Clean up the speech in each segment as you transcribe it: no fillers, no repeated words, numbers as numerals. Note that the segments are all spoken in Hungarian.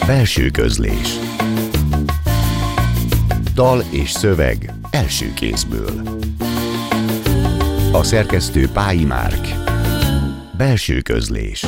Belső közlés. Dal és szöveg első kézből. A szerkesztő Pályi Márk. Belső közlés.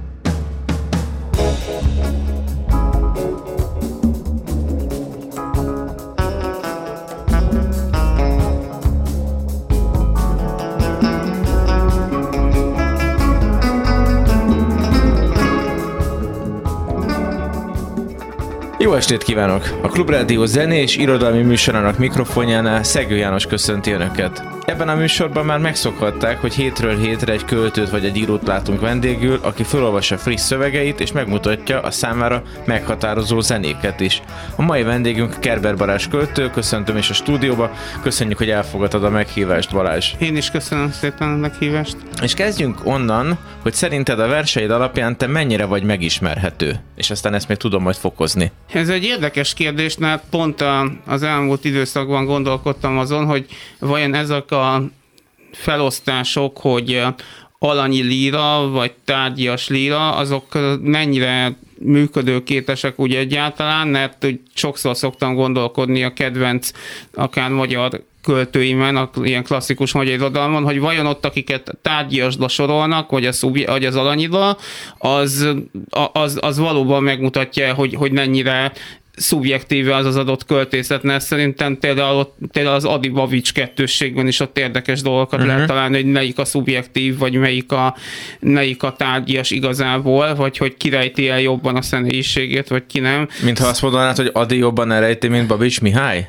Jó estét kívánok! A Klubrádió zené és irodalmi műsorának mikrofonjánál Szegő János köszönti Önöket. Ebben a műsorban már megszokhatták, hogy hétről hétre egy költőt vagy egy írót látunk vendégül, aki felolvassa friss szövegeit és megmutatja a számára meghatározó zenéket is. A mai vendégünk Kerber Balázs költő, köszöntöm is a stúdióba, köszönjük, hogy elfogadtad a meghívást, Balázs. Én is köszönöm szépen a meghívást. És kezdjünk onnan, hogy szerinted a verseid alapján te mennyire vagy megismerhető, és aztán ezt még tudom majd fokozni. Ez egy érdekes kérdés, mert pont az elmúlt időszakban gondolkodtam azon, hogy vajon ezek a felosztások, hogy alanyi líra vagy tárgyias líra, azok mennyire működőképesek úgy egyáltalán, mert sokszor szoktam gondolkodni a kedvenc akár magyar költőimen, ilyen klasszikus magyar irodalmon, hogy vajon ott, akiket tárgyiasba sorolnak, vagy az alanyira, az valóban megmutatja, hogy mennyire szubjektíve az adott költészet, mert szerintem például az Adi-Babics kettősségben is ott érdekes dolgokat lehet találni, hogy melyik a szubjektív, vagy melyik a tárgyias igazából, vagy hogy ki rejti el jobban a személyiségét, vagy ki nem. Mintha azt mondanád, hogy Adi jobban elrejti, mint Babics Mihály?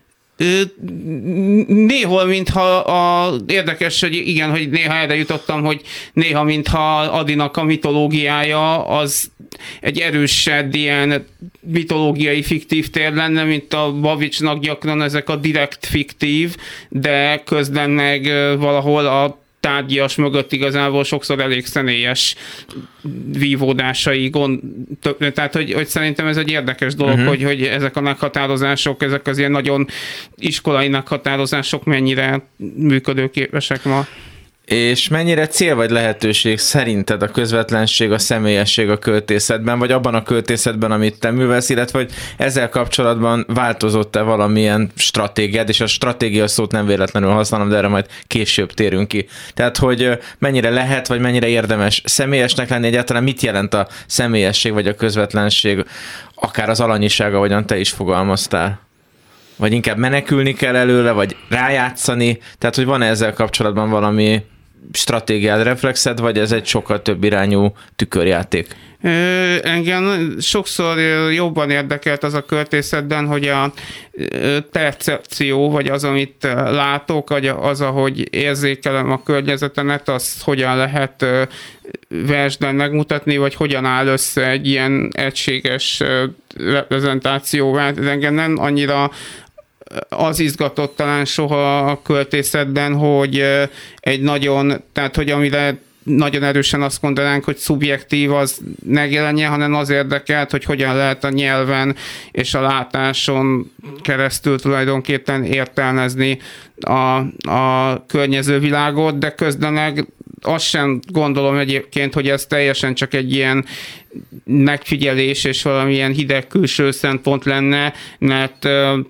Néhol, mintha érdekes, hogy igen, hogy néha erre jutottam, hogy néha, mintha Adinak a mitológiája az egy erősebb ilyen mitológiai fiktív tér lenne, mint a Babicsnak gyakran ezek a direkt fiktív, de közben meg valahol a tárgyias mögött igazából sokszor elég személyes vívódásai, tehát hogy szerintem ez egy érdekes dolog, hogy ezek a meghatározások, ezek az ilyen nagyon iskolai meghatározások mennyire működőképesek ma. És mennyire cél vagy lehetőség szerinted a közvetlenség, a személyesség a költészetben, vagy abban a költészetben, amit te művelsz, illetve hogy ezzel kapcsolatban változott-e valamilyen stratégiád, és a stratégia szót nem véletlenül használom, de erre majd később térünk ki. Tehát, hogy mennyire lehet, vagy mennyire érdemes személyesnek lenni, egyáltalán mit jelent a személyesség, vagy a közvetlenség, akár az alanyisága, ahogyan te is fogalmaztál? Vagy inkább menekülni kell előle, vagy rájátszani? Tehát, hogy van-e ezzel kapcsolatban valami stratégiád, reflexed, vagy ez egy sokkal több irányú tükörjáték? Engem sokszor jobban érdekelt az a költészetben, hogy a percepció, vagy az, amit látok, vagy az, ahogy érzékelem a környezetemet, azt hogyan lehet versben megmutatni, vagy hogyan áll össze egy ilyen egységes reprezentációvá. Engem nem annyira az izgatott talán soha a költészetben, hogy tehát hogy amire nagyon erősen azt mondanánk, hogy szubjektív, az megjelenjen, hanem az érdekelt, hogy hogyan lehet a nyelven és a látáson keresztül tulajdonképpen értelmezni a környező világot, de közben meg azt sem gondolom egyébként, hogy ez teljesen csak egy ilyen megfigyelés és valamilyen hideg külső szempont lenne, mert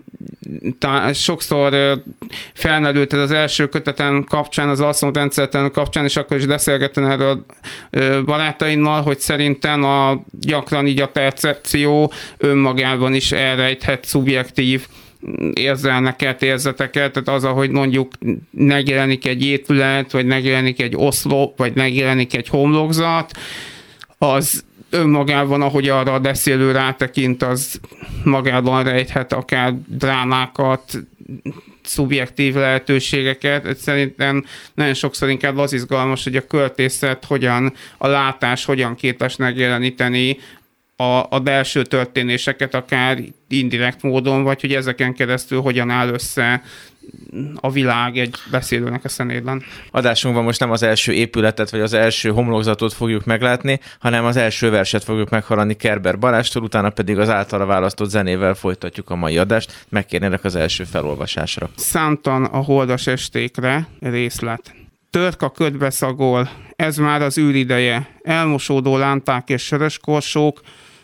sokszor felmerült ez az első kötetem kapcsán, az Alszom rendszertelen kapcsán, és akkor is beszélgettem erről barátaimmal, hogy szerintem gyakran így a percepció önmagában is elrejthet szubjektív érzelmeket, érzeteket, tehát az, ahogy mondjuk megjelenik egy épület, vagy megjelenik egy oszlop, vagy megjelenik egy homlokzat, az önmagában, ahogy arra a beszélő rátekint, az magában rejthet akár drámákat, szubjektív lehetőségeket. Szerintem nagyon sokszor inkább az izgalmas, hogy a költészet a látás hogyan képes megjeleníteni a belső történéseket, akár indirekt módon, vagy hogy ezeken keresztül hogyan áll össze a világ egy beszélőnek a szemében. Adásunkban most nem az első épületet, vagy az első homlokzatot fogjuk meglátni, hanem az első verset fogjuk meghallani Kerber Balázstól, utána pedig az általa választott zenével folytatjuk a mai adást. Megkérnélek az első felolvasásra. Szántan a holdas estékre részlet. Törk a ködbe szagol, ez már az űrideje, elmosódó lánták és söröskorsók,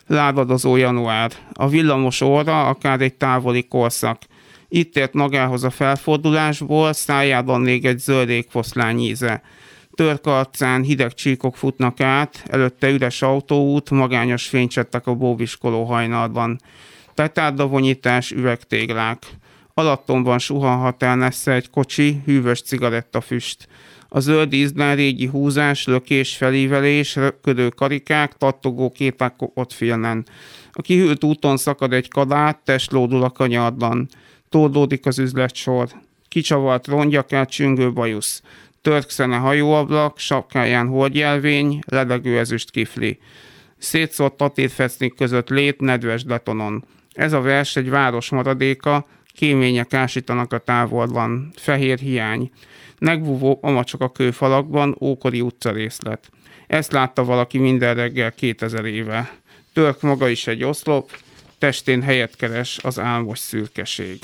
Lábadozó január. A villamos óra akár egy távoli korszak. Itt ért magához a felfordulásból, szájában még egy zöld égfoszlány íze. Törke arcán hideg csíkok futnak át, előtte üres autóút, magányos fénycsettek a bóbiskoló hajnalban. Petárdavonyítás, üvegtéglák. Alattomban suhanhat el messze egy kocsi, hűvös cigarettafüst. A zöld ízben régi húzás, lökés, felívelés, röpködő karikák, pattogó képek ott félnen. A kihűlt úton szakad egy kadát, test lódul a kanyarban. Toldódik az üzletsor. Kicsavart rongyakát, csüngő bajusz. Törkszene hajóablak, sapkáján hordjelvény, ledegő ezüst kifli. Szétszórt tatérfesznik között lét, nedves betonon. Ez a vers egy város maradéka, kémények ásítanak a távolban. Fehér hiány. Megbúvó amacsok a kőfalakban, ókori utcarészlet. Ezt látta valaki minden reggel 2000 éve. Törk maga is egy oszlop, testén helyet keres az álmos szürkeség.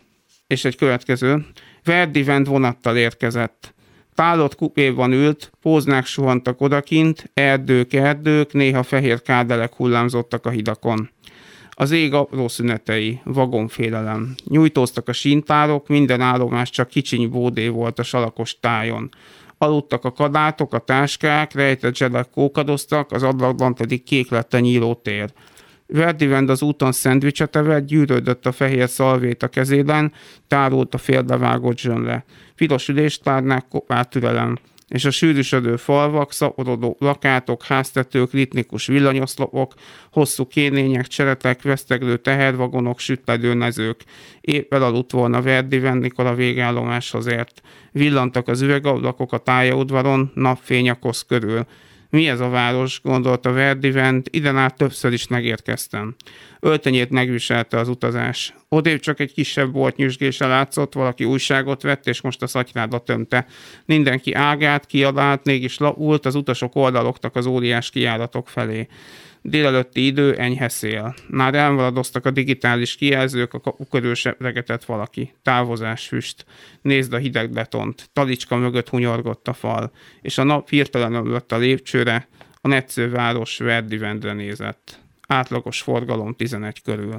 És egy következő. Verdi Vend vonattal érkezett. Pálott kupéban ült, póznák suhantak odakint, erdők, néha fehér kádelek hullámzottak a hidakon. Az ég apró szünetei, vagonfélelem. Nyújtóztak a síntárok, minden állomás csak kicsiny bódé volt a salakos tájon. Aludtak a kadátok, a táskák, rejtett zsedek kókadoztak, az ablakban pedig kék lett a nyíló tér. Verdi Vend az úton szendvicset evett, gyűrődött a fehér szalvét a kezében, tárult a félbevágott zsönle. Piros üléstárnák, kopár türelem, és a sűrűsödő falvak, szaporodó lakátok, háztetők, ritmikus villanyoszlopok, hosszú kénények, cseretek, veszteglő tehervagonok, sütledő nezők. Épp elaludt volna Verdi Vend, mikor a végállomáshoz ért. Villantak az üvegablakok a pályaudvaron, napfény a kosz körül. Mi ez a város, gondolta Verdi Vend, ide már többször is megérkeztem. Öltönyét megviselte az utazás. Odébb csak egy kisebb boltnyüzsgése látszott, valaki újságot vett, és most a szatyrába tömte. Mindenki ágált, kiadált, mégis lapult, az utasok oldalogtak az óriás kijáratok felé. Délelőtti idő, enyhe szél. Már elmaradoztak a digitális kijelzők, a kapu körül sepregetett valaki. Távozás, füst. Nézd a hideg betont. Talicska mögött hunyorgott a fal. És a nap hirtelen ömlött a lépcsőre, a netszőváros Verdi Vendre nézett. Átlagos forgalom 11 körül.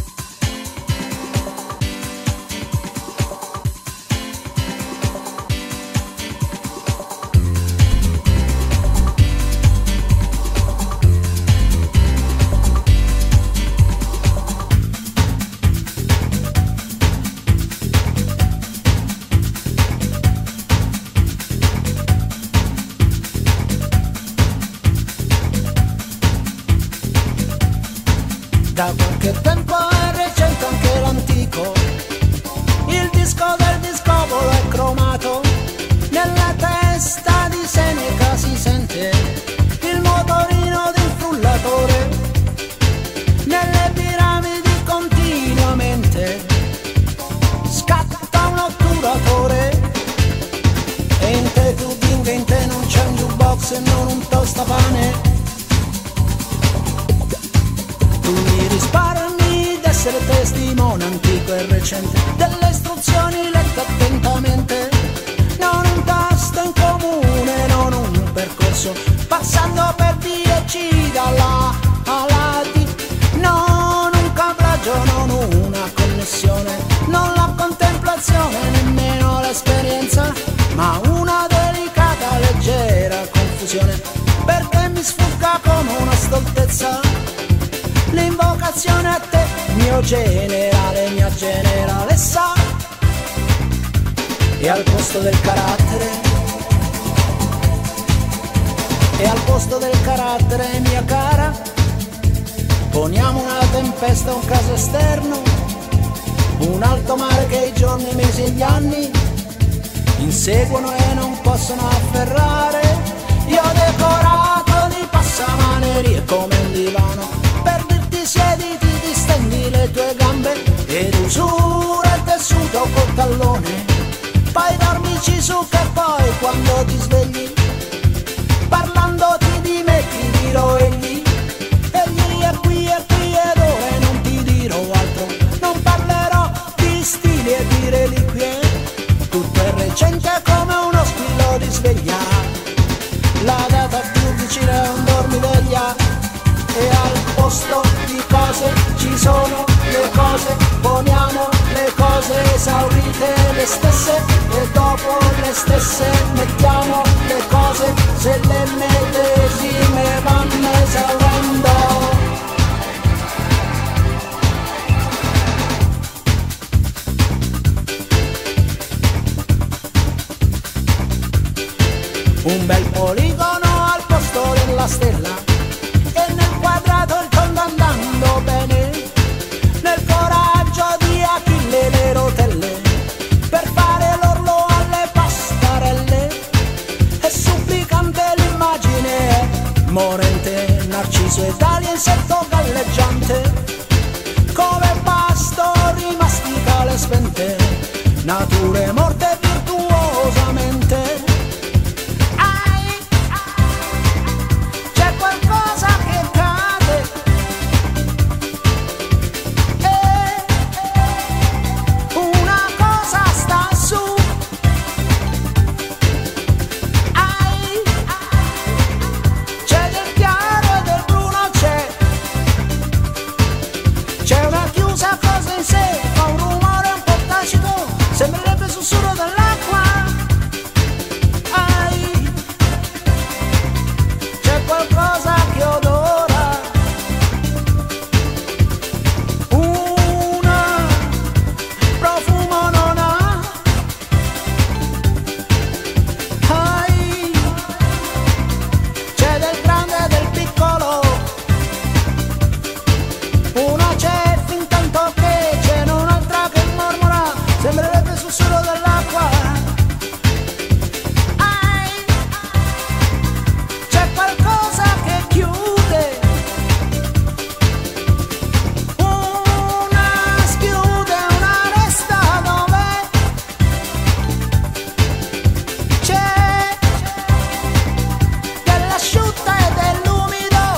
Da qualche tempo è recente anche l'antico, il disco del discopolo è cromato, nella testa di Seneca si sente il motorino del frullatore, nelle piramidi continuamente scatta un otturatore, e in te tu dinga, in te non c'è un jukebox e non un tostapane. Tu mi risparmi d'essere testimone antico e recente delle istruzioni lette attentamente, non un tasto in comune, non un percorso passando per B e C dalla A alla D, non un cablaggio, non una connessione, non la contemplazione, nemmeno l'esperienza, ma una delicata, leggera confusione, perché mi sfugga come una stoltezza l'invocazione a te, mio generale, mia generalessa, e al posto del carattere, e al posto del carattere, mia cara, poniamo una tempesta, un caso esterno, un alto mare che i giorni, i mesi e gli anni inseguono e non possono afferrare. Io ho decorato di passamanerie come un divano, siediti, distendi le tue gambe ed usura il tessuto col tallone, poi dormici su che poi quando ti svegli parlandoti di me ti dirò egli è qui ed ora e non ti dirò altro, non parlerò di stili e di reliquie, tutto è recente come uno squillo di sveglia, la data più posto di cose, ci sono le cose, poniamo le cose esaurite le stesse e dopo le stesse mettiamo le cose, se le medesime vanno esaurendo. Un bel poligono al posto della stella e nel quadrato il tondo andando bene, nel coraggio di Achille le rotelle per fare l'orlo alle pastarelle, e supplicante l'immagine è morente, narciso e tale insetto galleggiante, come pastori mastica le spente, nature morte virtuosamente. Sembrerebbe sussurro dell'acqua. Ai, c'è qualcosa che odora. Una profumo non ha. Ai, c'è del grande e del piccolo. Una c'è fin tanto che c'è un'altra che mormora. Sembrerebbe sussurro dell'acqua. Ai, c'è qualcosa che chiude. Una schiude, una resta dove c'è dell'asciutta e dell'umido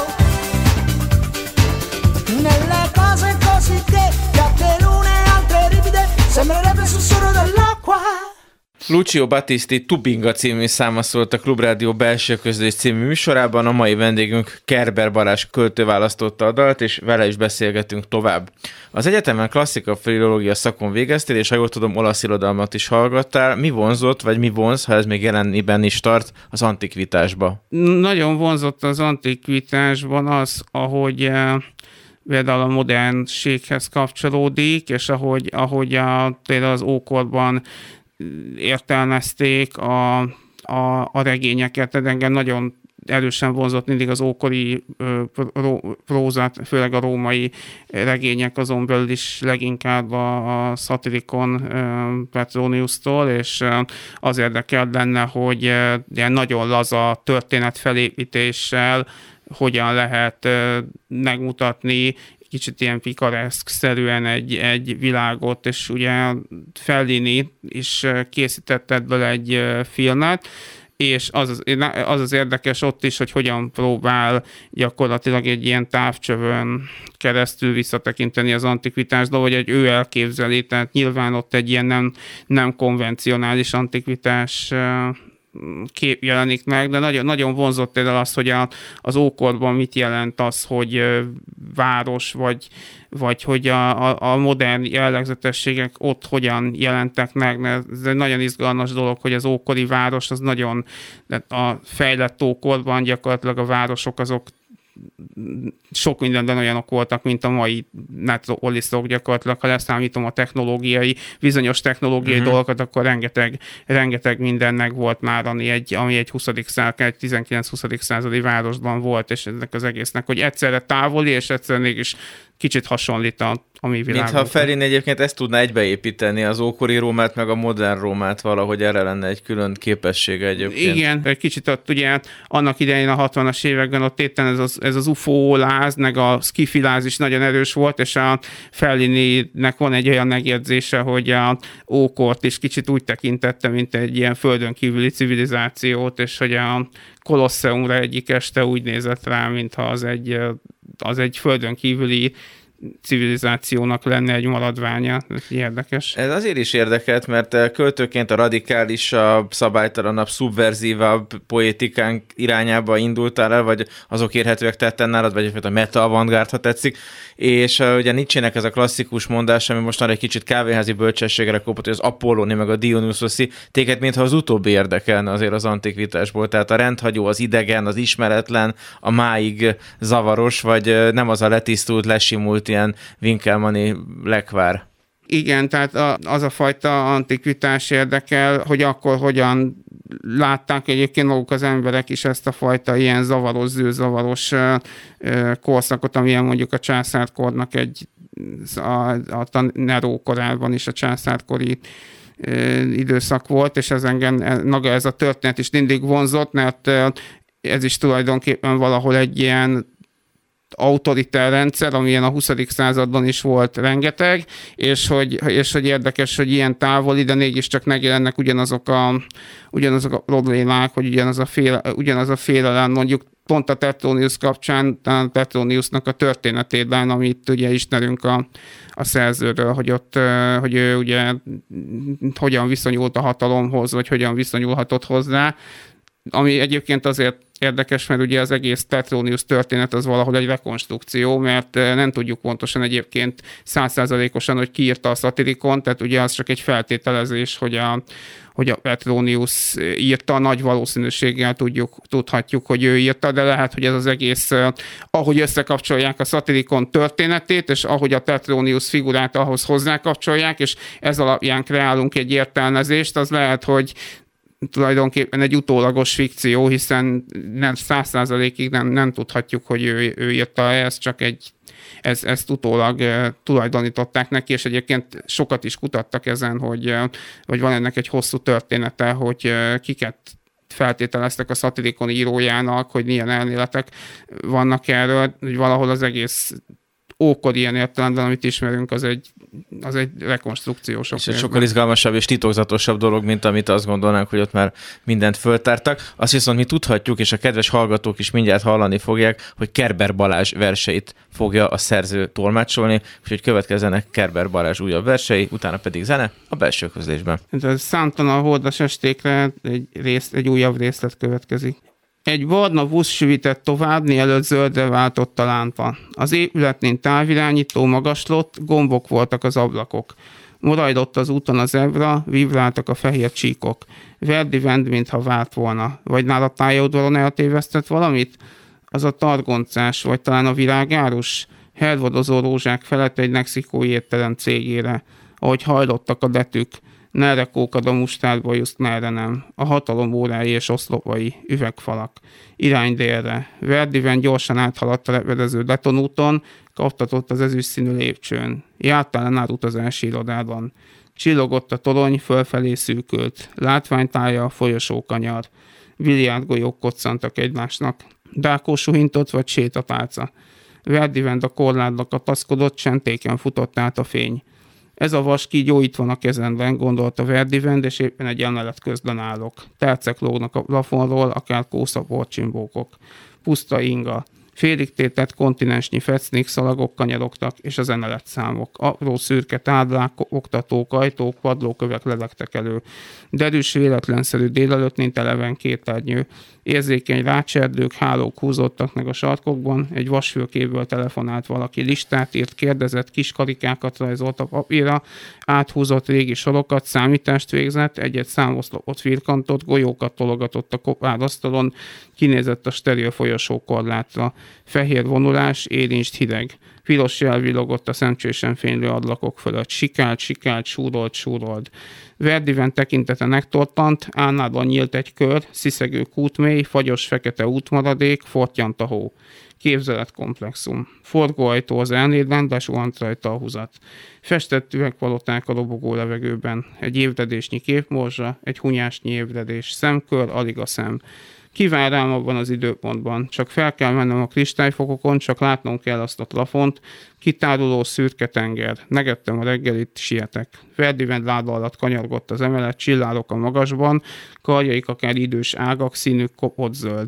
nelle cose così che piatte l'une e altre ripide. Sembrerebbe sussurro dell'acqua. Lucio Battisti Tubinga című száma szólt a Klubrádió belső közlés című műsorában. A mai vendégünk Kerber Balázs költő választotta a dalt, és vele is beszélgetünk tovább. Az egyetemen klasszika filológia szakon végeztél, és ha jól tudom, olasz irodalmat is hallgattál. Mi vonzott, vagy mi vonz, ha ez még jelenében is tart, az antikvitásba? Nagyon vonzott az antikvitásban az, ahogy például a modernséghez kapcsolódik, és ahogy például az ókorban értelmezték a regényeket, de engem nagyon erősen vonzott mindig az ókori prózát, főleg a római regények, azon belül is leginkább a Satyricon Petroniustól, és az érdekel benne, hogy ilyen nagyon laza történetfelépítéssel hogyan lehet megmutatni kicsit ilyen pikareszk-szerűen egy világot, és ugye Fellini is készített ebből egy filmet, és az érdekes ott is, hogy hogyan próbál gyakorlatilag egy ilyen távcsövön keresztül visszatekinteni az antikvitásba, vagy egy ő elképzeli, tehát nyilván ott egy ilyen nem konvencionális antikvitás kép jelenik meg, de nagyon, nagyon vonzott például az, hogy az ókorban mit jelent az, hogy város, vagy hogy a modern jellegzetességek ott hogyan jelentek meg. Ez egy nagyon izgalmas dolog, hogy az ókori város az nagyon, a fejlett ókorban gyakorlatilag a városok azok sok mindenben olyanok voltak, mint a mai metropoliszok gyakorlatilag. Ha leszámítom a bizonyos technológiai dolgokat, akkor rengeteg mindennek volt már, ami egy 19-20. századi városban volt, és ennek az egésznek, hogy egyszerre távoli, és egyszerre mégis kicsit hasonlít a mi világunkra. Mintha Fellini egyébként ezt tudná egybeépíteni, az ókori Rómát, meg a modern Rómát valahogy, erre lenne egy külön képessége egyébként. Igen, egy kicsit ott ugye annak idején a 60-as években ott éppen ez az UFO láz, meg a skifi láz is nagyon erős volt, és a Fellininek van egy olyan megjegyzése, hogy a ókort is kicsit úgy tekintette, mint egy ilyen földön kívüli civilizációt, és hogy a Kolosseumra egyik este úgy nézett rá, mintha az egy földön kívüli civilizációnak lenne egy maradványa. Érdekes. Ez azért is érdekelt, mert költőként a radikálisabb, szabálytalanabb, szubverzívabb poétikánk irányába indultál el, vagy azok érhetőek tetten nálad, vagy a meta-avantgárd, ha tetszik, és ugye Nietzsének ez a klasszikus mondás, ami most már egy kicsit kávéházi bölcsességre kopott, hogy az Apollóni meg a Dionysoszi, téged mintha az utóbbi érdekelne azért az antikvitásból, tehát a rendhagyó, az idegen, az ismeretlen, a máig zavaros, vagy nem az a letisztult, lesimult ilyen Winkelmanni lekvár. Igen, tehát az a fajta antikvitás érdekel, hogy akkor hogyan látták egyébként maguk az emberek is ezt a fajta ilyen zavaros, zűrzavaros korszakot, amilyen mondjuk a császárkornak a Neró korában is a császárkori időszak volt, és ez engem maga ez a történet is mindig vonzott, mert ez is tulajdonképpen valahol egy ilyen autoritár rendszer, amilyen a 20. században is volt rengeteg, és hogy érdekes, hogy ilyen távoli, de mégiscsak megjelennek ugyanazok a problémák, hogy ugyanaz a félelem, mondjuk pont a Petronius kapcsán, a Petroniusnak a történetében, amit ugye ismerünk a szerzőről, hogy ő ugye hogyan viszonyult a hatalomhoz, vagy hogyan viszonyulhatott hozzá, ami egyébként azért érdekes, mert ugye az egész Petronius történet az valahol egy rekonstrukció, mert nem tudjuk pontosan egyébként 100%-osan, hogy ki írta a Satyricon, tehát ugye az csak egy feltételezés, hogy a Petronius írta, nagy valószínűséggel tudhatjuk, hogy ő írta, de lehet, hogy ez az egész, ahogy összekapcsolják a Satyricon történetét, és ahogy a Petronius figurát ahhoz hozzákapcsolják, és ez alapján kreálunk egy értelmezést, az lehet, hogy tulajdonképpen egy utólagos fikció, hiszen 100%-ig nem tudhatjuk, hogy ő írta, ezt utólag tulajdonították neki, és egyébként sokat is kutattak ezen, hogy van ennek egy hosszú története, hogy kiket feltételeztek a Satyricon írójának, hogy milyen elméletek vannak erről, hogy valahol az ókor ilyen értelemben, amit ismerünk, az egy rekonstrukciós. És egy sokkal izgalmasabb és titokzatosabb dolog, mint amit azt gondolnánk, hogy ott már mindent föltártak. Azt viszont mi tudhatjuk, és a kedves hallgatók is mindjárt hallani fogják, hogy Kerber Balázs verseit fogja a szerző tolmácsolni, úgyhogy következzenek Kerber Balázs újabb versei, utána pedig zene a belső közlésben. Számtalan hordas estékre egy újabb részlet következik. Egy barna busz süvített tovább, mielőtt zöldre váltott a lámpa. Az épületnél távirányító magaslott, gombok voltak az ablakok. Morajdott az úton a zebra, vibráltak a fehér csíkok. Verdi vend, mintha várt volna. Vagy nála pályaudvaron eltévesztett valamit? Az a targoncás, vagy talán a virágárus? Hervadozó rózsák felett egy mexikói étterem cégére. Ahogy hajlottak a betűk. Merre kókad a mustárba just, merre nem. A hatalom órái és oszlopai, üvegfalak. Irány délre. Verdiven gyorsan áthaladt a repedező betonúton, kaptatott az ezüstszínű lépcsőn. Jártál átutazási irodában. Csillogott a torony, fölfelé szűkült. Látványtája, folyosókanyar. Biliárdgolyók koccantak egymásnak. Dákó suhintott vagy sétapálca. Verdivend a korlátba kapaszkodott, csentéken futott át a fény. Ez a vaski jó itt van a kezemben, gondolta Verdivend, és éppen egy emelet közben állok. Percek lógnak a plafonról, akár kószaporcsimbókok. Puszta inga. Félig tétett kontinensnyi fecnék, szalagok kanyarogtak, és az emeletszámok. Apró szürke táblák, oktatók, ajtók, padlókövek levegtek elő. Derűs, véletlenszerű délelőttnél eleven kétárnyő. Érzékeny rácserdők, hálók húzódtak meg a sarkokban, egy vasfülkéből telefonált valaki, listát írt, kérdezett, kis karikákat rajzolt a papírra, áthúzott régi sorokat, számítást végzett, egy-egy számoszlopot firkantott, golyókat tologatott a kopárasztalon, kinézett a steril folyosó korlátra. Fehér vonulás, érintsd hideg. Piros jel villogott a szemcsésen fénylő ablakok fölött. Sikált, súrolt. Verdiven tekintete megtorpant, álnában nyílt egy kör, sziszegő kútmély, fagyos fekete útmaradék, fortyant a hó. Képzeletkomplexum. Forgóajtó az elnédben, besuhant rajta a húzat. Festett üvegpaloták a robogó levegőben. Egy évredésnyi képmorzsa, egy hunyásnyi évredés. Szemkör, alig a szem. Kíván rám abban az időpontban. Csak fel kell mennem a kristályfokokon, csak látnom kell azt a plafont, kitáruló szürke tenger. Megettem a reggelit, sietek. Verdivend láda alatt kanyargott az emelet, csillárok a magasban, karjaik akár idős ágak, színük kopott zöld.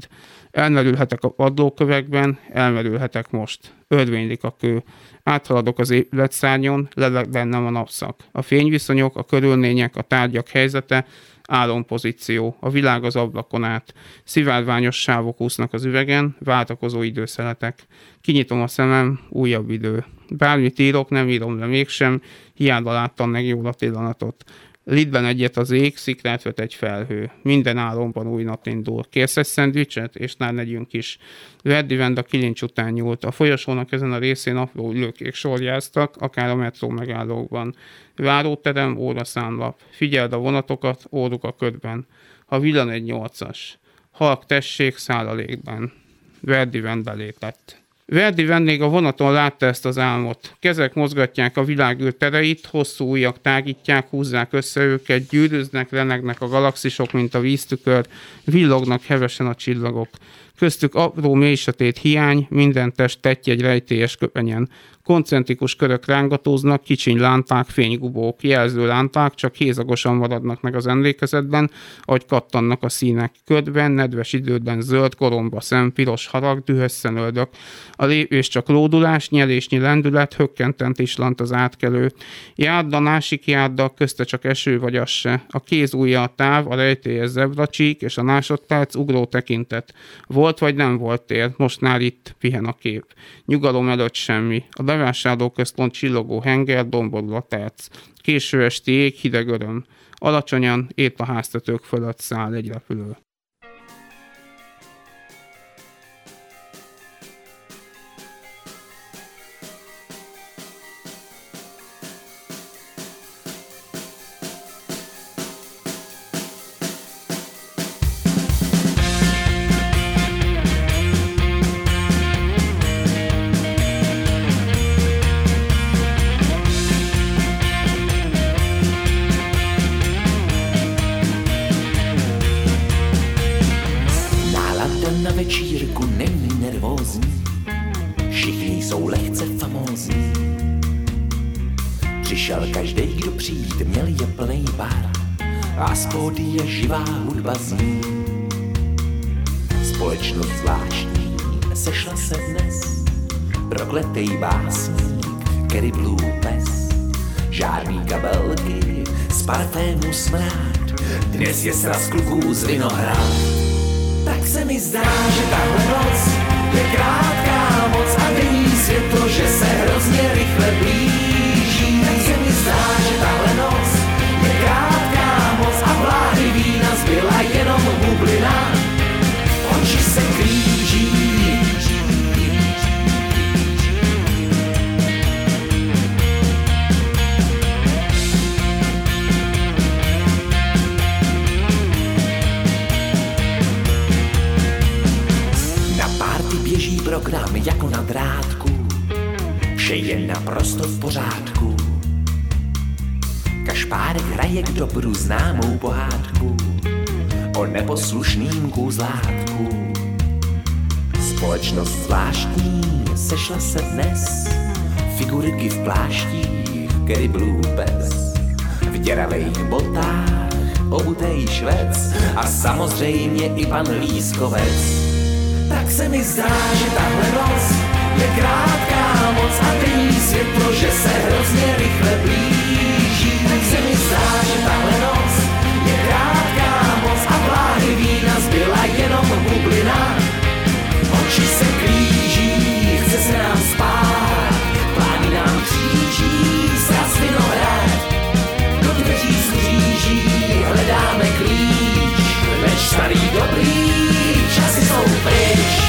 Elmerülhetek a padlókövekben, elmerülhetek most. Örvénylik a kő. Áthaladok az épületszárnyon, lelek bennem a napszak. A fényviszonyok, a körülmények, a tárgyak helyzete, álompozíció, a világ az ablakon át. Szivárványos sávok úsznak az üvegen, váltakozó időszeletek. Kinyitom a szemem, újabb idő. Bármit írok, nem írom le mégsem, hiába láttam meg jól a pillanatot. Lidben egyet az ég, szikrát vet egy felhő. Minden álomban új nap indul. Kérsz egy szendvicset? És már negyünk is. Verdi Vend a kilincs után nyúlt. A folyosónak ezen a részén apró ülőkék sorjáztak, akár a metró megállókban. Váróterem, óraszámlap. Figyeld a vonatokat, óruk a ködben. Ha villan egy 8-as. Halk tessék, száll a légben. Verdi Vend belépett. Verdi vendég a vonaton látta ezt az álmot. Kezek mozgatják a világ űrtereit, hosszú ujjak tágítják, húzzák össze őket, gyűrűznek, renegnek a galaxisok, mint a víztükör, villognak hevesen a csillagok. Köztük apró mélysötét hiány, minden test tettje egy rejtélyes köpenyen. Koncentrikus körök rángatóznak, kicsiny lánták, fénygubók, jelző lánták, csak hézagosan maradnak meg az emlékezetben, ahogy kattannak a színek. Ködben, nedves idődben zöld, koromba szem, piros harag, dühös szemöldök. A lépés csak lódulás, nyelésnyi lendület, hökkentent is lant az átkelő. Járda, másik járda, közte csak eső vagy az se. A kéz ujja a táv, a rejtélyes zebracsík, és a másodperc ugró tekintet. Volt vagy nem volt tér, mostnál itt pihen a kép. Nyugalom előtt semmi. A bevásárlóközpont csillogó henger, domborul a perc. Késő esti ég, hideg öröm. Alacsonyan, épp a háztetők fölött száll egy repülő. Večírku není nervózní, všichni jsou lehce famózní. Přišel každej, kdo přijít měl, je plnej bar a z pódia živá hudba zní. Společnost zvláštní sešla se dnes, prokletej básník, Kerry Blue pes. Žádný kabelky, z parfému smrád, dnes je sraz kluků z Vinohrad. Tak se mi zdá, že tahle noc je krátká moc a není světlo, že se hrozně rychle blíží. Tak se mi zdá, že tahle noc je krátká moc a vláhy vína zbyla jenom bublina. Oči se klíží. Běží program jako na drátku, vše je naprosto v pořádku. Kašpárek hraje k dobru známou pohádku o neposlušným kůzlátku. Společnost zvláštní sešla se dnes, figurky v pláštích, Kerry Blue pes, v děravejch botách, obutej švec a samozřejmě i pan Lískovec. Tak se mi zdá, že tahle noc je krátká moc a není světlo, že se hrozně rychle blíží. Tak se mi zdá, že tahle noc je krátká moc a vláhy vína zbyla jenom bublina. Oči se klíží, chce se nám spát, plány nám kříží, sraz Vinohrad. Do dveří skříží, hledáme klíč, než starý dobrý časy jsou pryč.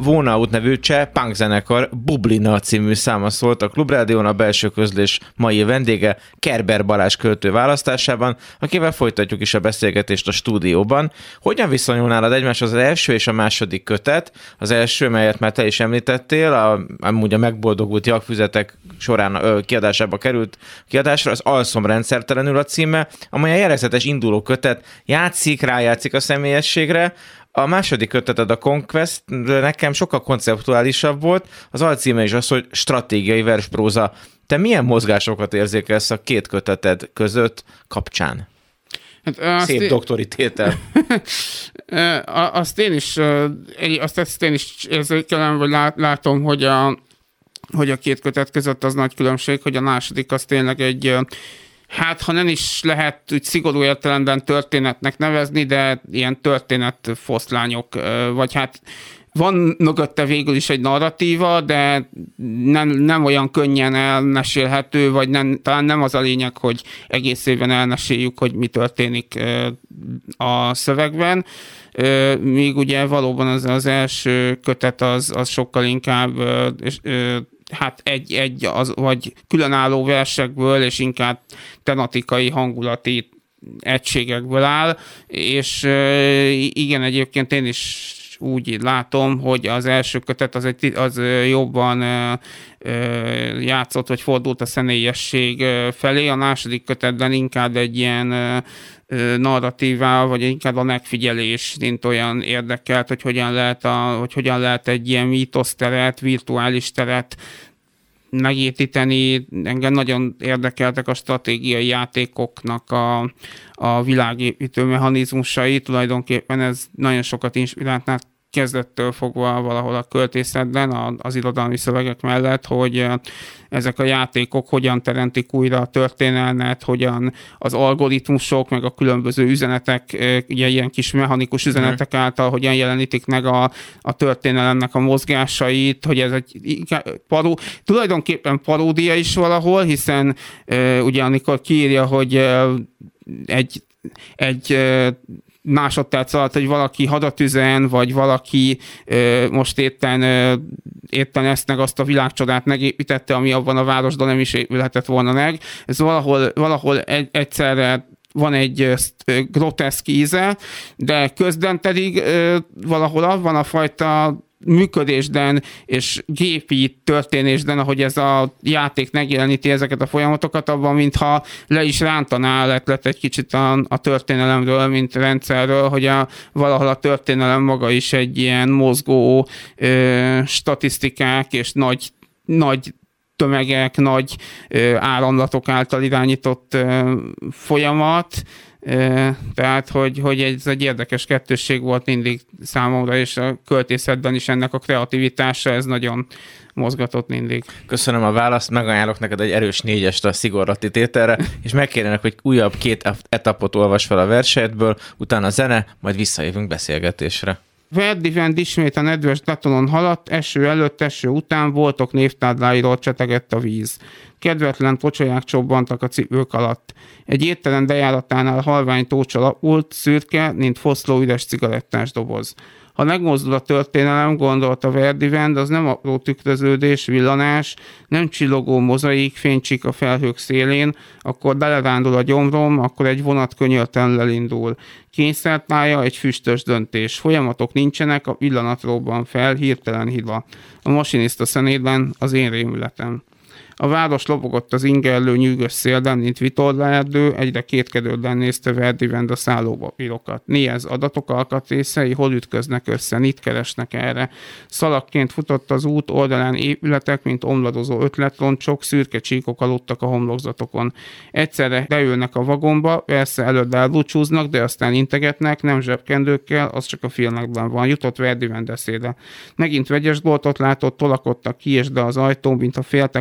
Worn Out nevű cseh punk zenekar Bublina című száma szólt a Klubrádión, a belső közlés mai vendége Kerber Balázs költő választásában, akivel folytatjuk is a beszélgetést a stúdióban. Hogyan viszonyulnálad egymáshoz az első és a második kötet? Az első, melyet már te is említettél, amúgy a megboldogult jakfüzetek során kiadásába került kiadásra, az Alszom rendszertelenül a címe, amely a jellegzetes induló kötet rájátszik a személyességre. A második köteted, a Conquest, nekem sokkal konceptuálisabb volt, az alcíme is az, hogy stratégiai verspróza. Te milyen mozgásokat érzékelsz a két köteted között kapcsán? Hát, szép doktori tétel. Azt én is érzékelem, vagy látom, hogy a két kötet között az nagy különbség, hogy a második az tényleg egy, hát ha nem is lehet úgy szigorú értelemben történetnek nevezni, de ilyen történetfoszlányok, vagy hát van mögötte végül is egy narratíva, de nem olyan könnyen elmesélhető, vagy talán nem az a lényeg, hogy egész évben elmeséljük, hogy mi történik a szövegben. Míg ugye valóban az első kötet az sokkal inkább hát vagy különálló versekből, és inkább tematikai, hangulati egységekből áll, és igen, egyébként én is úgy látom, hogy az első kötet az jobban játszott, vagy fordult a személyesség felé, a második kötetben inkább egy ilyen narratívával, vagy inkább a megfigyelés, mint olyan érdekelt, hogy hogyan lehet egy ilyen mítoszteret, virtuális teret megépíteni. Engem nagyon érdekeltek a stratégiai játékoknak a világépítő mechanizmusai, tulajdonképpen ez nagyon sokat inspiráltnál kezdettől fogva valahol a költészetben, az irodalmi szövegek mellett, hogy ezek a játékok hogyan teremtik újra a történelmet, hogyan az algoritmusok, meg a különböző üzenetek, ugye ilyen kis mechanikus üzenetek által, hogyan jelenítik meg a történelemnek a mozgásait, hogy ez tulajdonképpen paródia is valahol, hiszen ugye amikor kiírja, hogy egy másodperc alatt, hogy valaki hadat üzen, vagy valaki most éppen ezt meg azt a világcsodát megépítette, ami abban a városban nem is épülhetett volna meg. Ez valahol egyszerre van egy groteszk íze, de közben pedig valahol abban a fajta működésben és gépi történésben, ahogy ez a játék megjeleníti ezeket a folyamatokat, abban mintha le is rántaná lett egy kicsit a történelemről, mint rendszerről, hogy valahol a történelem maga is egy ilyen mozgó statisztikák és nagy tömegek, nagy áramlatok által irányított folyamat. Tehát, hogy ez egy érdekes kettősség volt mindig számomra, és a költészetben is ennek a kreativitása, ez nagyon mozgatott mindig. Köszönöm a választ, megajánlok neked egy erős 4-est a szigorlati tételre, és megkérdenek, hogy újabb 2 etapot olvas fel a verseidből, utána zene, majd visszajövünk beszélgetésre. Verdi ismét a nedves Datonon haladt, eső előtt, eső után, voltok névtárláiról csetegett a víz. Kedvetlen pocsolyák csobbantak a cipők alatt. Egy étterem bejáratánál halvány tócsa lapult, szürke, mint foszló üres cigarettás doboz. Ha megmozdul a történelem, gondolta Verdi, az nem apró tükröződés, villanás, nem csillogó mozaik, fénycsik a felhők szélén, akkor belerándul a gyomrom, akkor egy vonat könyörtelenül elindul. Kényszerpálya, egy füstös döntés. Folyamatok nincsenek, a villanat robban fel, hirtelen hiba. A masinista szemében az én rémületem. A város lobogott az ingerlő nyűgös szélben, mint vitorlaerdő, egyre kétkedően nézte Verdi a szállópapírokat. Néhez adatok alkatrészei, hol ütköznek össze, mit keresnek erre. Szalagként futott az út, oldalán épületek, mint omladozó ötletroncsok, szürke csíkok aludtak a homlokzatokon. Egyszerre beülnek a vagomba, persze előtt elbúcsúznak, de aztán integetnek, nem zsebkendőkkel, az csak a filmekben van. Jutott Verdi eszébe. Megint vegyes boltot látott, tolakodtak ki és de az ajtón, mint ha féltek volna egy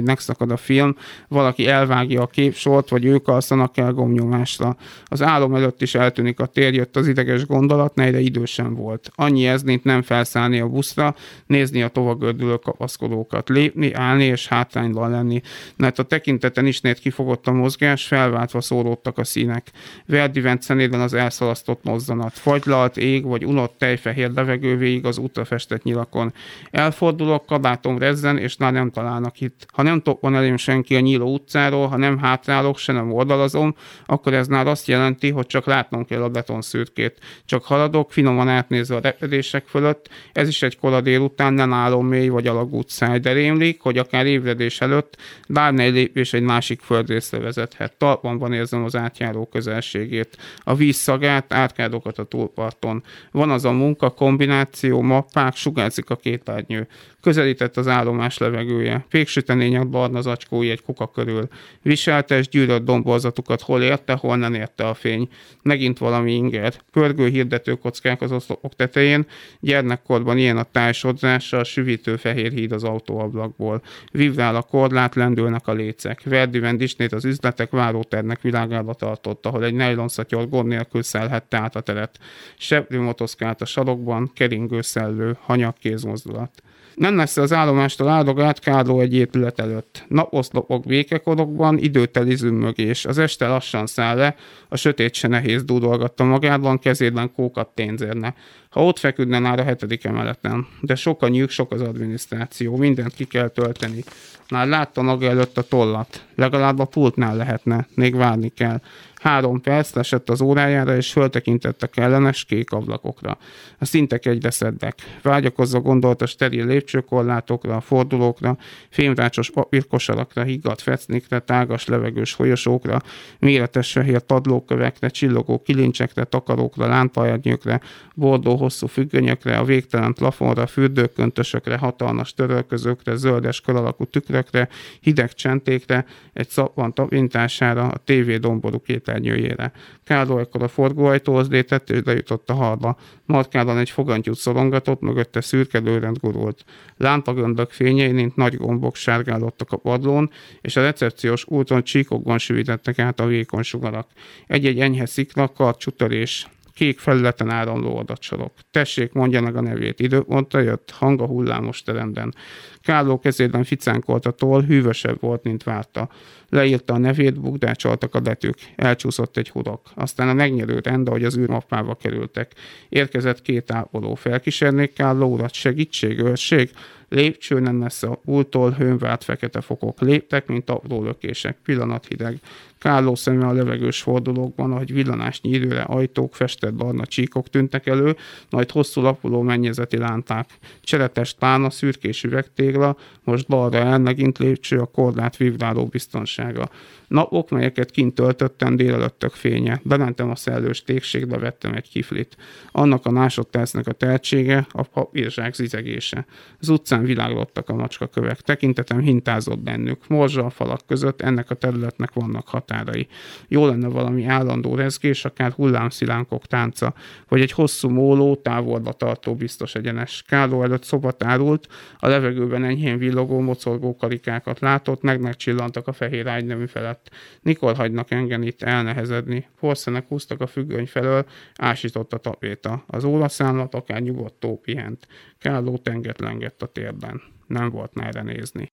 hogy megszakad a film, valaki elvágja a képsort, vagy ők alszanak el gomnyomásra. Az álom előtt is eltűnik a tér, jött az ideges gondolat, melyre idő sem volt. Annyi ez, mint nem felszállni a buszra, nézni a tovagördülő kapaszkodókat, lépni, állni és hátrányban lenni, mert a tekinteten ismét kifogott a mozgás, felváltva szóródtak a színek. Verdi Vencenében az elszalasztott mozzanat, fagylalt ég vagy unott tejfehér levegő végig az útra festett nyilakon. Elfordulok, kabátom rezzen, és már nem találnak itt. Ha nem toppan elém senki a nyíló utcáról, ha nem hátrálok, se nem oldalazom, akkor ez már azt jelenti, hogy csak látnom kell a betonszürkét. Csak haladok, finoman átnézve a repedések fölött, ez is egy kora délután, nem állom mély vagy alagút száj, de rémlik, hogy akár ébredés előtt bármely lépés egy másik földrészre vezethet. Talpamban érzem az átjáró közelségét, a víz szagát, árkádokat a túlparton. Van az a munka, kombináció, mappák, sugárzik a kétárnyő. Közelített az állomás levegője. Péksütemények barna zacskói egy kuka körül. Viseltes, gyűrött domborzatukat hol érte, hol nem érte a fény. Megint valami inger. Pörgő hirdetőkockák az oszlopok tetején. Gyermekkorban ilyen a tájsodzása, a süvítő fehér híd az autóablakból. Vibrál a korlát, lendülnek a lécek. Verdi ismét az üzletek váróternek világába tartott, ahol egy nejlonszatyor gond nélkül szelhette át a teret. Seprű motoszkált a sarokban, keringő szellő, hanyag kézmozdulat. Nem messze az állomástól áldogált Kárló egy épület előtt. Naposzlopok békekorokban, időteli zümmögés. Az este lassan száll le, a sötét se nehéz dúdolgatta magában, kezében kókat ténzérne. Ha ott feküdne már a 7. emeleten. De sok a nyűg, sok az adminisztráció, mindent ki kell tölteni. Már látta maga előtt a tollat. Legalább a pultnál lehetne, még várni kell. 3 perc lesett az órájára, és föltekintett a kellemes kék ablakokra. A szintek egyre szeddek. Vágyakozva gondolt a steril lépcsőkorlátokra, a fordulókra, fémrácsos papírkosarakra, higgadt fecnikre, tágas levegős folyosókra, méretes fehér padlókövekre, csillogó kilincsekre, takarókra, lámpaernyőkre, bordó hosszú függönyökre, a végtelen plafonra, fürdőköntösökre, hatalmas törölközőkre, zöldes kör alakú tükrökre, hideg csentékre, egy szappan tapintására, a tévé domború képernyőjére. Kárló ekkor a forgóajtóhoz lépett, és lejutott a halba. Markában egy fogantyút szorongatott, mögötte szürke lőrend gurult. Lámpagömbök fényei, mint nagy gombok sárgálódtak a padlón, és a recepciós úton csíkokban süvítettek át a vékony sugarak. Egy-egy enyhe szikla, karcsutörés. Kék felületen áramló adatsorok. Tessék, mondja meg a nevét. Időpontra jött, hang a hullámos teremben. Kárló kezében ficánkolt a toll, hűvösebb volt, mint várta. Leírta a nevét, bukdácsoltak a betűk. Elcsúszott egy hurok. Aztán a megnyerő rend, ahogy az űrmappába kerültek. Érkezett 2 ápoló. Felkísérnék Kárló urat, segítség, őrség? Lépcső nem messze a pulttól, hőnvált fekete fokok. Léptek, mint apró lökések. Pillanat hideg. Kárló szeme a levegős fordulókban, ahogy villanásnyi időre ajtók, festett barna csíkok tűntek elő, majd hosszú lapuló mennyezeti lánták. Cseretes plána, szürkés üvegtégla, most balra el, megint lépcső, a korlát vibráló biztonsága. Napok, melyeket kint töltöttem, délelőttök fénye. Bementem a szellős tégségbe, vettem egy kiflit. Annak a másodpercnek a tehetsége, a papírzsák zizegése. Az utcán világlottak a macskakövek. Tekintetem hintázott bennük. Morzsa a falak között, ennek a területnek vannak határai. Jó lenne valami állandó rezgés, akár hullámszilánkok tánca, vagy egy hosszú móló, távolba tartó biztos egyenes. Kárló előtt szoba tárult, a levegőben enyhén villogó, mocorgó karikákat látott, megcsillantak a fehér ágynemű felett. Mikor hagynak engem itt elnehezedni? Porszenek húztak a függöny felől, ásított a tapéta. Az óraszámlat akár nyugodtó pihent. Kárló tenget lengett a térben. Nem volt merre nézni.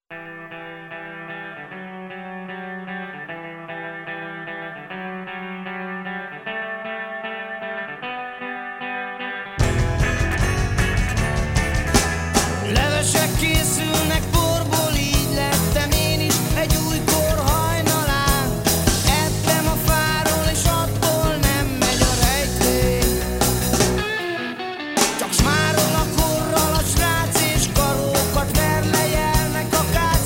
Levesek készülnek porból, így lettem én is egy új kor hajnalán. Ettem a fáról, és attól nem megy a rejtély. Csak smárol a korral a srác, és karókat ver, lejelnek akár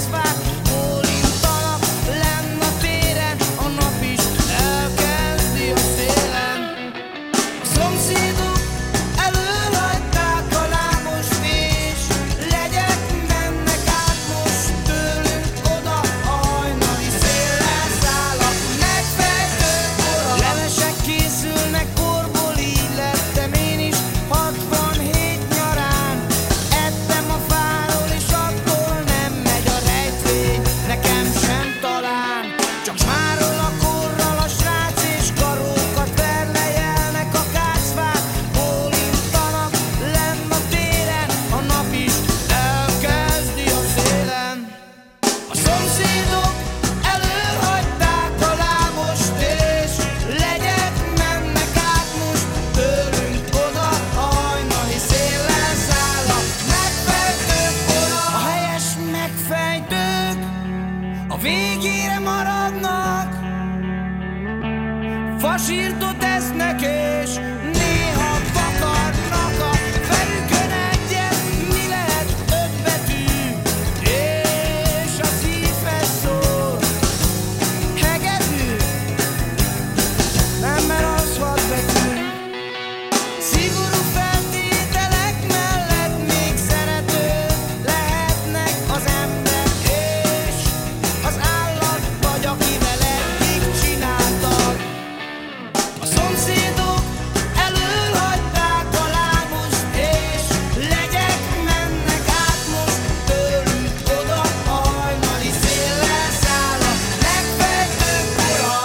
Fasírtot esznek és néha vakarnak a fejükön egyet, mi lehet 5 betű, és a szívhez szól. Hegedű, nem mer az 6 betű. Szigorú feltételek mellett még szerető lehetnek az ember és az állat vagy akivel eddig csináltak. A szomszédok elől hagyták a lábust, és legyek mennek át most tőlük oda, a hajnali széllel száll a legfejtő kora.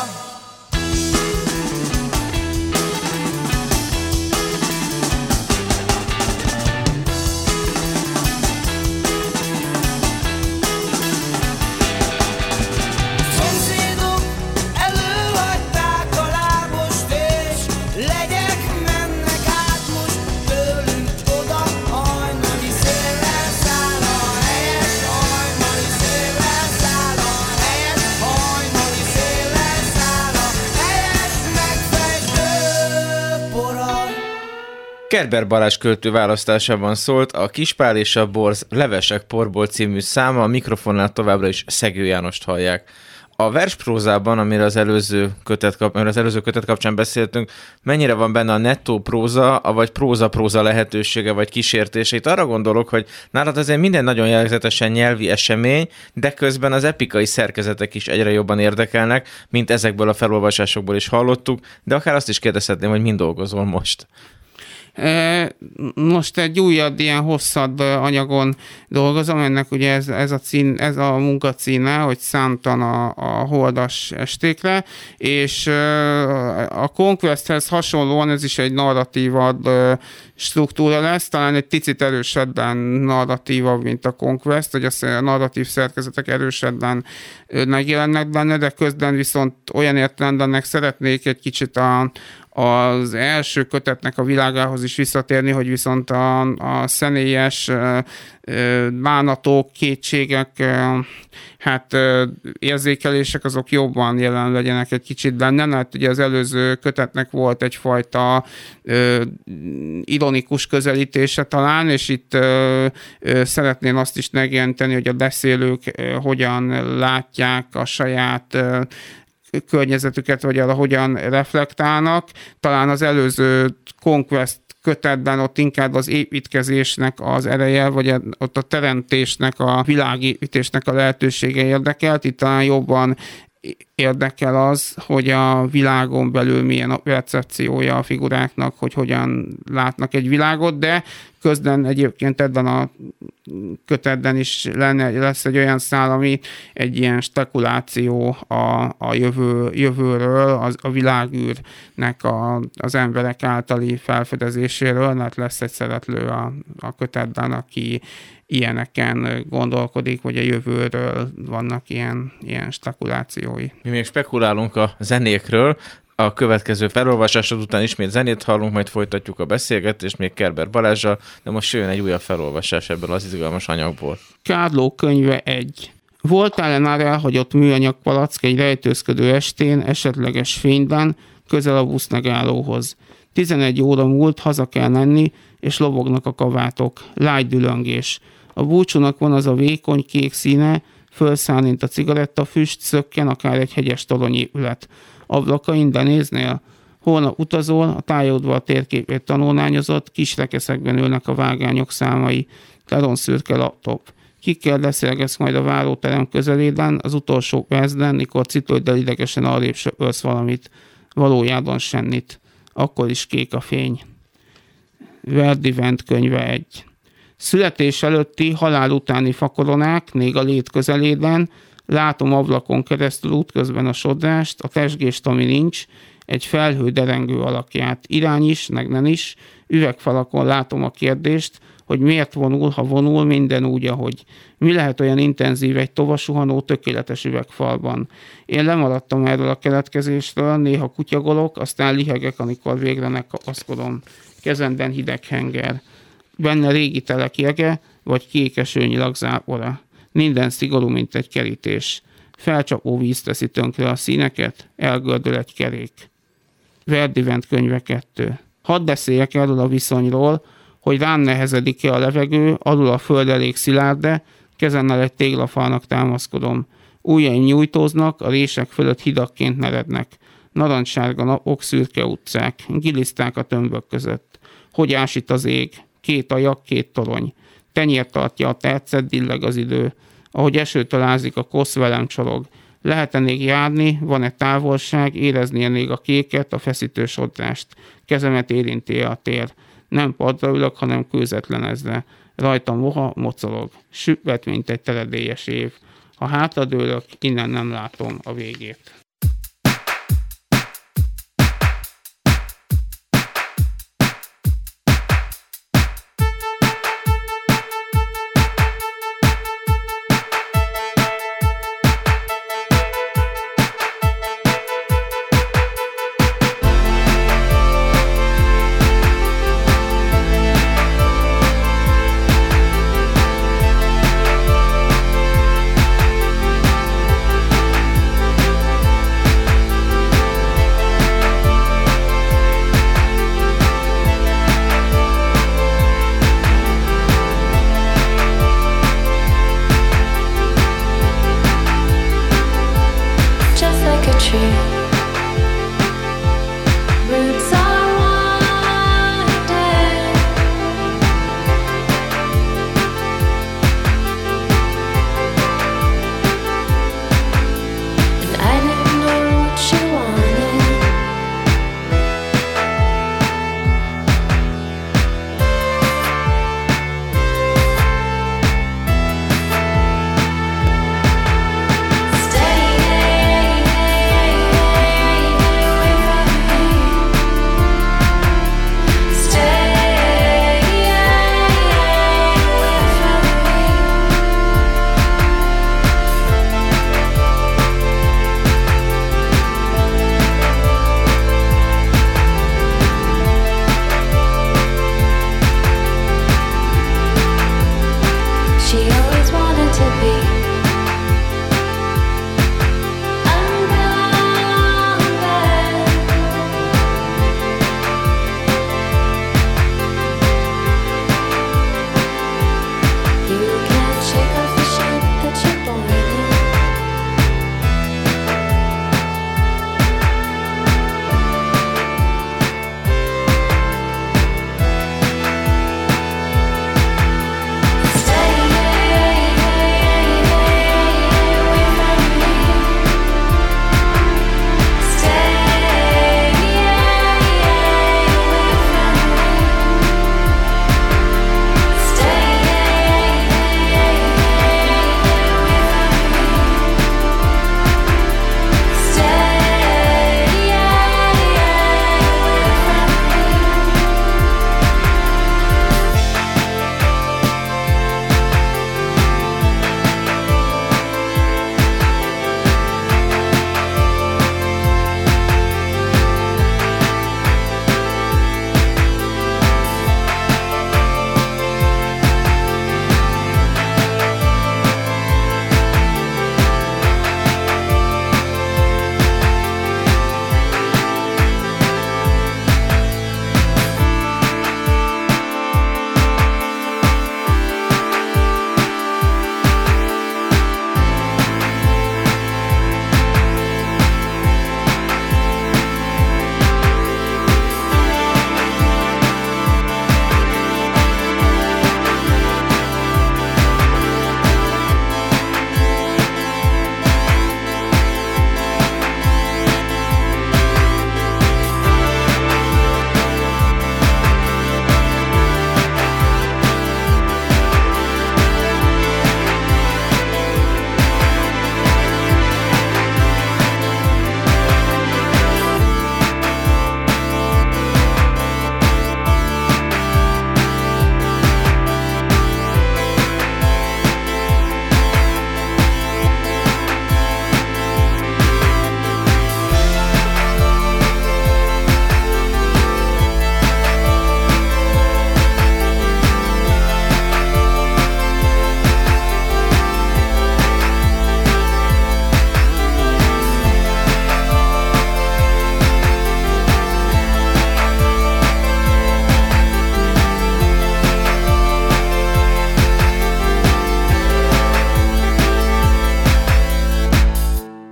Szomszédok elől hagyták a lábost, és legyek mennek át most tőlünk oda, a hajnali széllel száll a helyes, hajnali széllel száll a helyes, hajnali széllel száll a helyes megfejtő pora. Kerber Balázs költő választásában szólt a Kispál és a Borz Levesek porból című száma, a mikrofonnál továbbra is Szegő Jánost hallják. A versprózában, amiről az előző kötet kapcsán beszéltünk, mennyire van benne a nettó próza, vagy próza-próza lehetősége, vagy kísértése? Itt arra gondolok, hogy nálad azért minden nagyon jellegzetesen nyelvi esemény, de közben az epikai szerkezetek is egyre jobban érdekelnek, mint ezekből a felolvasásokból is hallottuk, de akár azt is kérdezhetném, hogy mind dolgozol most. Most egy újabb ilyen hosszabb anyagon dolgozom, ennek ugye ez a munka címe, hogy Számtalan a holdas estékre, és a Conquesthez hasonlóan ez is egy narratívabb struktúra lesz, talán egy picit erősebben narratívabb, mint a Conquest, hogy a narratív szerkezetek erősebben megjelennek benne, de közben viszont olyan értelemben szeretnék egy kicsit az első kötetnek a világához is visszatérni, hogy viszont a személyes bánatok, kétségek, érzékelések azok jobban jelen legyenek egy kicsit benne. Hát ugye az előző kötetnek volt egyfajta ironikus közelítése talán, és itt szeretném azt is megjelenteni, hogy a beszélők hogyan látják a saját környezetüket, vagy arra hogyan reflektálnak. Talán az előző Conquest kötetben ott inkább az építkezésnek az ereje, vagy ott a teremtésnek, a világépítésnek a lehetősége érdekelt. Itt talán jobban érdekel az, hogy a világon belül milyen a percepciója a figuráknak, hogy hogyan látnak egy világot, de közben egyébként ebben a kötetben is lesz egy olyan szál, ami egy ilyen spekuláció a jövőről, a világűrnek az emberek általi felfedezéséről, mert lesz egy szereplő a kötetben, aki ilyeneken gondolkodik, hogy a jövőről vannak ilyen spekulációi. Mi még spekulálunk a zenékről, a következő felolvasásod után ismét zenét hallunk, majd folytatjuk a beszélgetést még Kerber Balázsral, de most jön egy újabb felolvasás ebből az izgalmas anyagból. Kádló könyve 1. Voltál-e már elhagyott műanyag palack egy rejtőzködő estén, esetleges fényben, közel a buszmegállóhoz? 11 óra múlt, haza kell menni, és lobognak a kavátok. Lágy dülöngés. A búcsúnak van az a vékony kék színe, fölszállint a cigarettafüst, szökken akár egy hegyes toronyépület. Ablakain benéznél? Holnap utazol, a tájodva térképét tanulmányozott, kis rekeszekben ülnek a vágányok számai. Teron szürke laptop. Kikkel beszélgetsz majd a váróterem közelében, az utolsó percben, mikor cipőddel idegesen arrébb söpörsz valamit. Valójában semmit. Akkor is kék a fény. Verdi Vent könyve 1. Születés előtti, halál utáni fakoronák, még a lét közelében, látom ablakon keresztül útközben a sodrást, a tesgést, ami nincs, egy felhő derengő alakját. Irány is, meg nem is, üvegfalakon látom a kérdést, hogy miért vonul, ha vonul minden úgy, ahogy. Mi lehet olyan intenzív egy tovasuhanó, tökéletes üvegfalban? Én lemaradtam erről a keletkezésről, néha kutyagolok, aztán lihegek, amikor végre megkapaszkodom. Kezemben hideg henger. Benne régi telek jege, vagy kékeső nyilag zápora. Minden szigorú, mint egy kerítés. Felcsapó víz teszi tönkre a színeket, elgördül egy kerék. Verdivent könyve 2. Hadd beszéljek erről a viszonyról, hogy rám nehezedik-e a levegő, alul a föld elég szilárd, kezennel egy téglafalnak támaszkodom. Ujjaim nyújtóznak, a rések fölött hidakként nerednek. Narancssárga napok, szürke utcák, giliszták a tömbök között. Hogy ásít az ég, 2 ajak, 2 torony. Tenyér tartja a tercet, dilleg az idő. Ahogy esőtől ázik a kosz, velem csorog. Lehet-e még járni, van-e távolság, érezni még a kéket, a feszítő sodrást. Kezemet érinti a tér. Nem padra ülök, hanem kőzetlenezve. Rajta moha, mocorog. Süppet, mint egy teredélyes év. Ha hátradőlök, innen nem látom a végét.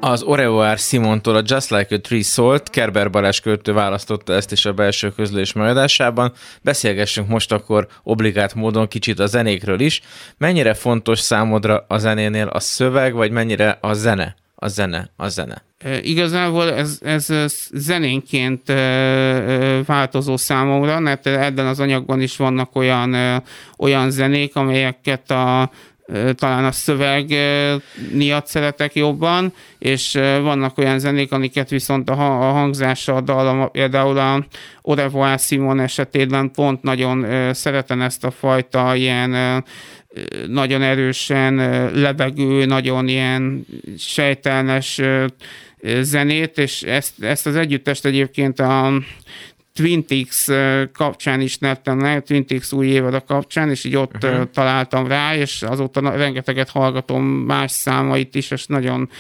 Az Au revoir Simontól a Just Like a Tree szólt, Kerber Balázs költő választotta ezt is a belső közlés mai adásában. Beszélgessünk most akkor obligát módon kicsit a zenékről is. Mennyire fontos számodra a zenénél a szöveg, vagy mennyire a zene? A zene. Igazából ez zenénként változó számomra, mert ebben az anyagban is vannak olyan zenék, amelyeket talán a szöveg miatt szeretek jobban, és vannak olyan zenék, amiket viszont a hangzása, a dallam, például a Au revoir Simon esetében pont nagyon szeretem ezt a fajta ilyen nagyon erősen lebegő, nagyon ilyen sejtelmes zenét, és ezt az együttest egyébként a Twin Peaks kapcsán ismertem le, Twin Peaks új évada kapcsán, és így ott találtam rá, és azóta rengeteget hallgatom más számait is, és nagyon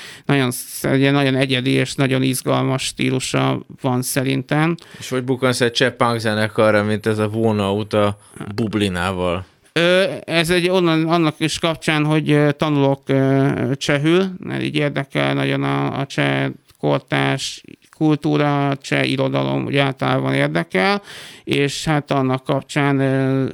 egyedi és nagyon izgalmas stílusa van szerintem. És hogy bukkansz egy cseh punk zenekarra, mint ez a Walnout a Bublinával? Ez egy annak is kapcsán, hogy tanulok csehül, mert így érdekel nagyon a cseh kortárs kultúra, cseh irodalom úgy általában érdekel, és hát annak kapcsán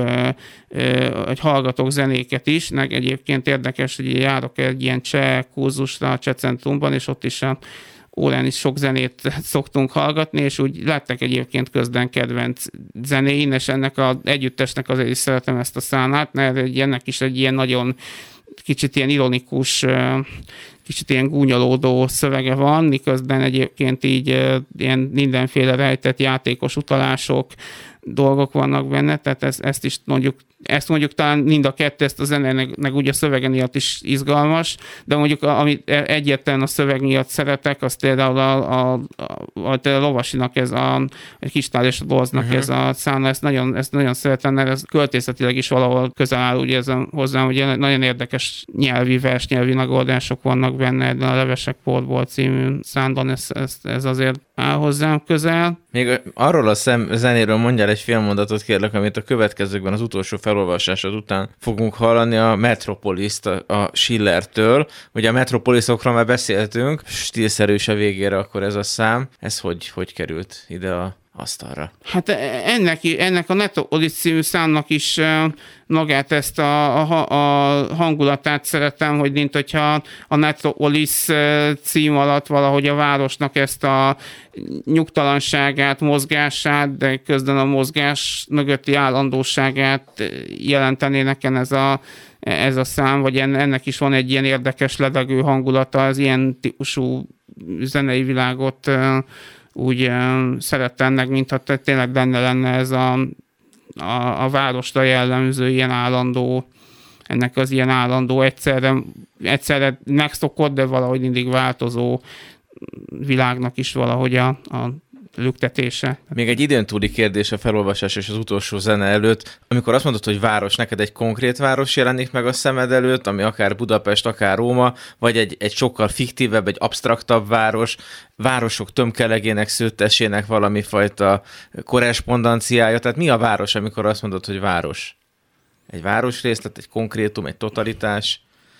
hogy hallgatok zenéket is, meg egyébként érdekes, hogy járok egy ilyen cseh kurzusra a Cseh Centrumban, és ott is a órán is sok zenét szoktunk hallgatni, és úgy lettek egyébként közben kedvenc zenéin, és ennek az együttesnek azért is szeretem ezt a számát, mert ennek is egy ilyen nagyon kicsit ilyen ironikus, kicsit ilyen gúnyolódó szövege van, miközben egyébként így ilyen mindenféle rejtett játékos utalások, dolgok vannak benne, tehát ezt mondjuk talán mind a kettő, ezt a zenének ugye a szövege miatt is izgalmas, de mondjuk amit egyetlen a szöveg miatt szeretek, az például a Lovasinak ez a Kistál és a Dolznak ez a száma, ezt nagyon szeretem, mert ez költészetileg is valahol közel áll ugye hozzám, ugye nagyon érdekes versnyelvi megoldások vannak benne, ebben a Levesek portból című számban ez azért áll hozzám közel. Még arról a zenéről mondjál egy fél mondatot, kérlek, amit a következőkben az utolsó felolvasásod után fogunk hallani, a Metropolis-t a Schillertől. Ugye a Metropolisokról már beszéltünk, stílszerűs a végére akkor ez a szám. Ez hogy került ide a asztalra? Hát ennek a Metropolis című számnak is magát ezt a hangulatát szeretem, hogy mint hogyha a Metropolis cím alatt valahogy a városnak ezt a nyugtalanságát, mozgását, de közben a mozgás mögötti állandóságát jelentené nekem ez a szám, vagy ennek is van egy ilyen érdekes levegő hangulata, az ilyen típusú zenei világot úgy szerettem meg, mintha tényleg benne lenne ez a városra jellemző ilyen állandó, ennek az ilyen állandó, egyszerre megszokott, de valahogy mindig változó világnak is valahogy a lüktetése. Még egy időn túli kérdés a felolvasás és az utolsó zene előtt. Amikor azt mondod, hogy város, neked egy konkrét város jelenik meg a szemed előtt, ami akár Budapest, akár Róma, vagy egy sokkal fiktívebb, egy absztraktabb város, városok tömkelegének, szőttesének valami fajta korrespondanciája. Tehát mi a város, amikor azt mondod, hogy város? Egy városrészlet, egy konkrétum, egy totalitás?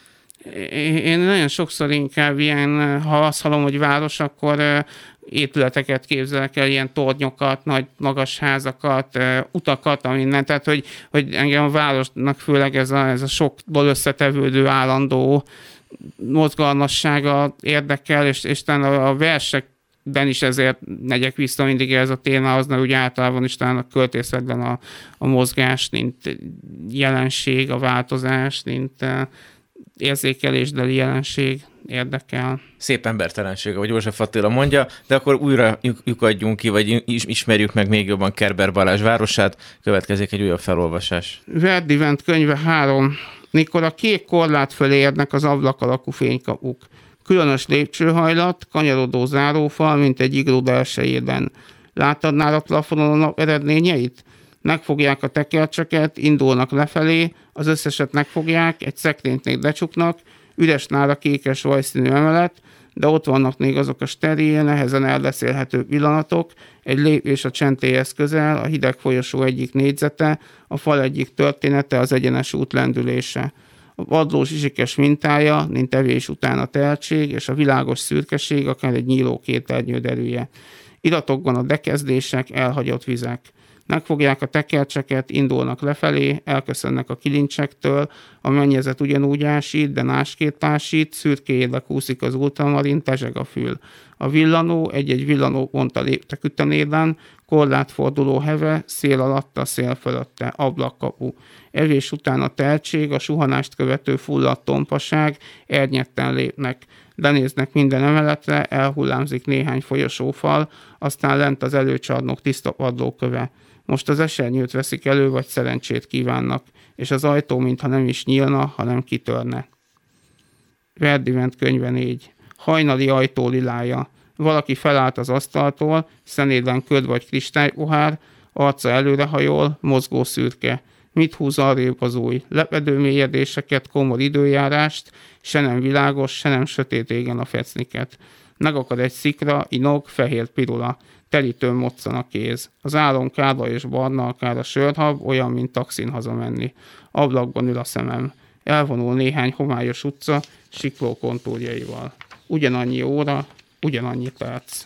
Én nagyon sokszor inkább ilyen, ha azt hallom, hogy város, akkor épületeket képzelek el, ilyen tornyokat, nagy magas házakat, utakat, minden. Tehát, hogy engem a városnak főleg ez a sokból összetevődő állandó mozgalmassága érdekel, és talán a versekben is ezért megyek vissza mindig ez a témához, mert úgy általában is talán a költészetben a mozgás, mint jelenség, a változás, mint érzékelésbeli jelenség érdekel. Szép embertelenség, ahogy József Attila mondja, de akkor újra lyukadjunk ki, vagy ismerjük meg még jobban Kerber Balázs városát. Következik egy újabb felolvasás. Verdi Vent könyve 3. Mikor a kék korlát fölé érnek az ablak alakú fénykapuk. Különös lépcsőhajlat, kanyarodó zárófal, mint egy igló belsejében. Láttad nála a plafonon a nap eredményeit? Megfogják a tekercseket, indulnak lefelé, az összeset megfogják, egy szekrényt még becsuknak, üres nála kékes vajszínű emelet, de ott vannak még azok a steril, nehezen elbeszélhető pillanatok, egy lépés a csentélyhez közel, a hideg folyosó egyik négyzete, a fal egyik története, az egyenes út lendülése. A A vadló zsizsikes mintája, mint evés után a tehetség, és a világos szürkeség, akár egy nyíló kéternyő derűje. Iratokban a dekezdések, elhagyott vizek. Megfogják a tekercseket, indulnak lefelé, elköszönnek a kilincsektől, a mennyezet ugyanúgy ásít, de másképp tásít, szürkéjébe kúszik az ultramarin, tezseg a fül. A villanó egy-egy villanópont a léptekütenéden, korlátforduló heve, szél alatta, szél fölötte, ablakkapu. Evés után a tehetség, a suhanást követő fulladt tompaság, ernyetten lépnek. Lenéznek minden emeletre, elhullámzik néhány folyosófal, aztán lent az előcsarnok tiszta padlóköve. Most az esernyőt veszik elő, vagy szerencsét kívánnak, és az ajtó mintha nem is nyílna, hanem kitörne. Verdivent könyve 4. Hajnali ajtó lilája. Valaki felállt az asztaltól, szenédben köd vagy kristálypohár, arca előrehajol, mozgó szürke. Mit húz arrébb az új? Lepedő mélyedéseket, komor időjárást, se nem világos, se nem sötét égen a fecniket. Megakad egy szikra, inog, fehér pirula. Telítőn moccan a kéz. Az álom kárva és barna, akár a sörhab, olyan, mint taxin hazamenni. Ablakban ül a szemem. Elvonul néhány homályos utca, sikló kontúrjaival. Ugyanannyi óra, ugyanannyi perc.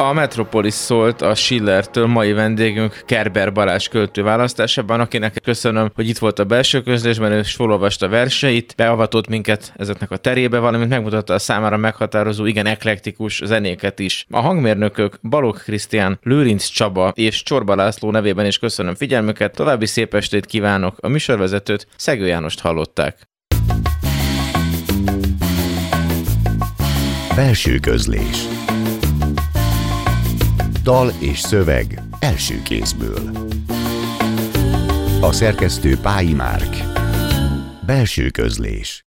A Metropolis szólt a Schillertől, mai vendégünk Kerber Balázs költő választásában, akinek köszönöm, hogy itt volt a Belső Közlésben, és felolvasta verseit, beavatott minket ezeknek a terébe, valamint megmutatta a számára meghatározó, igen eklektikus zenéket is. A hangmérnökök Balogh Krisztián, Lőrinc Csaba és Csorba László nevében is köszönöm figyelmüket, további szép estét kívánok, a műsorvezetőt, Szegő Jánost hallották. Belső közlés. Dal és szöveg első kézből. A szerkesztő Pályi Márk. Belső közlés.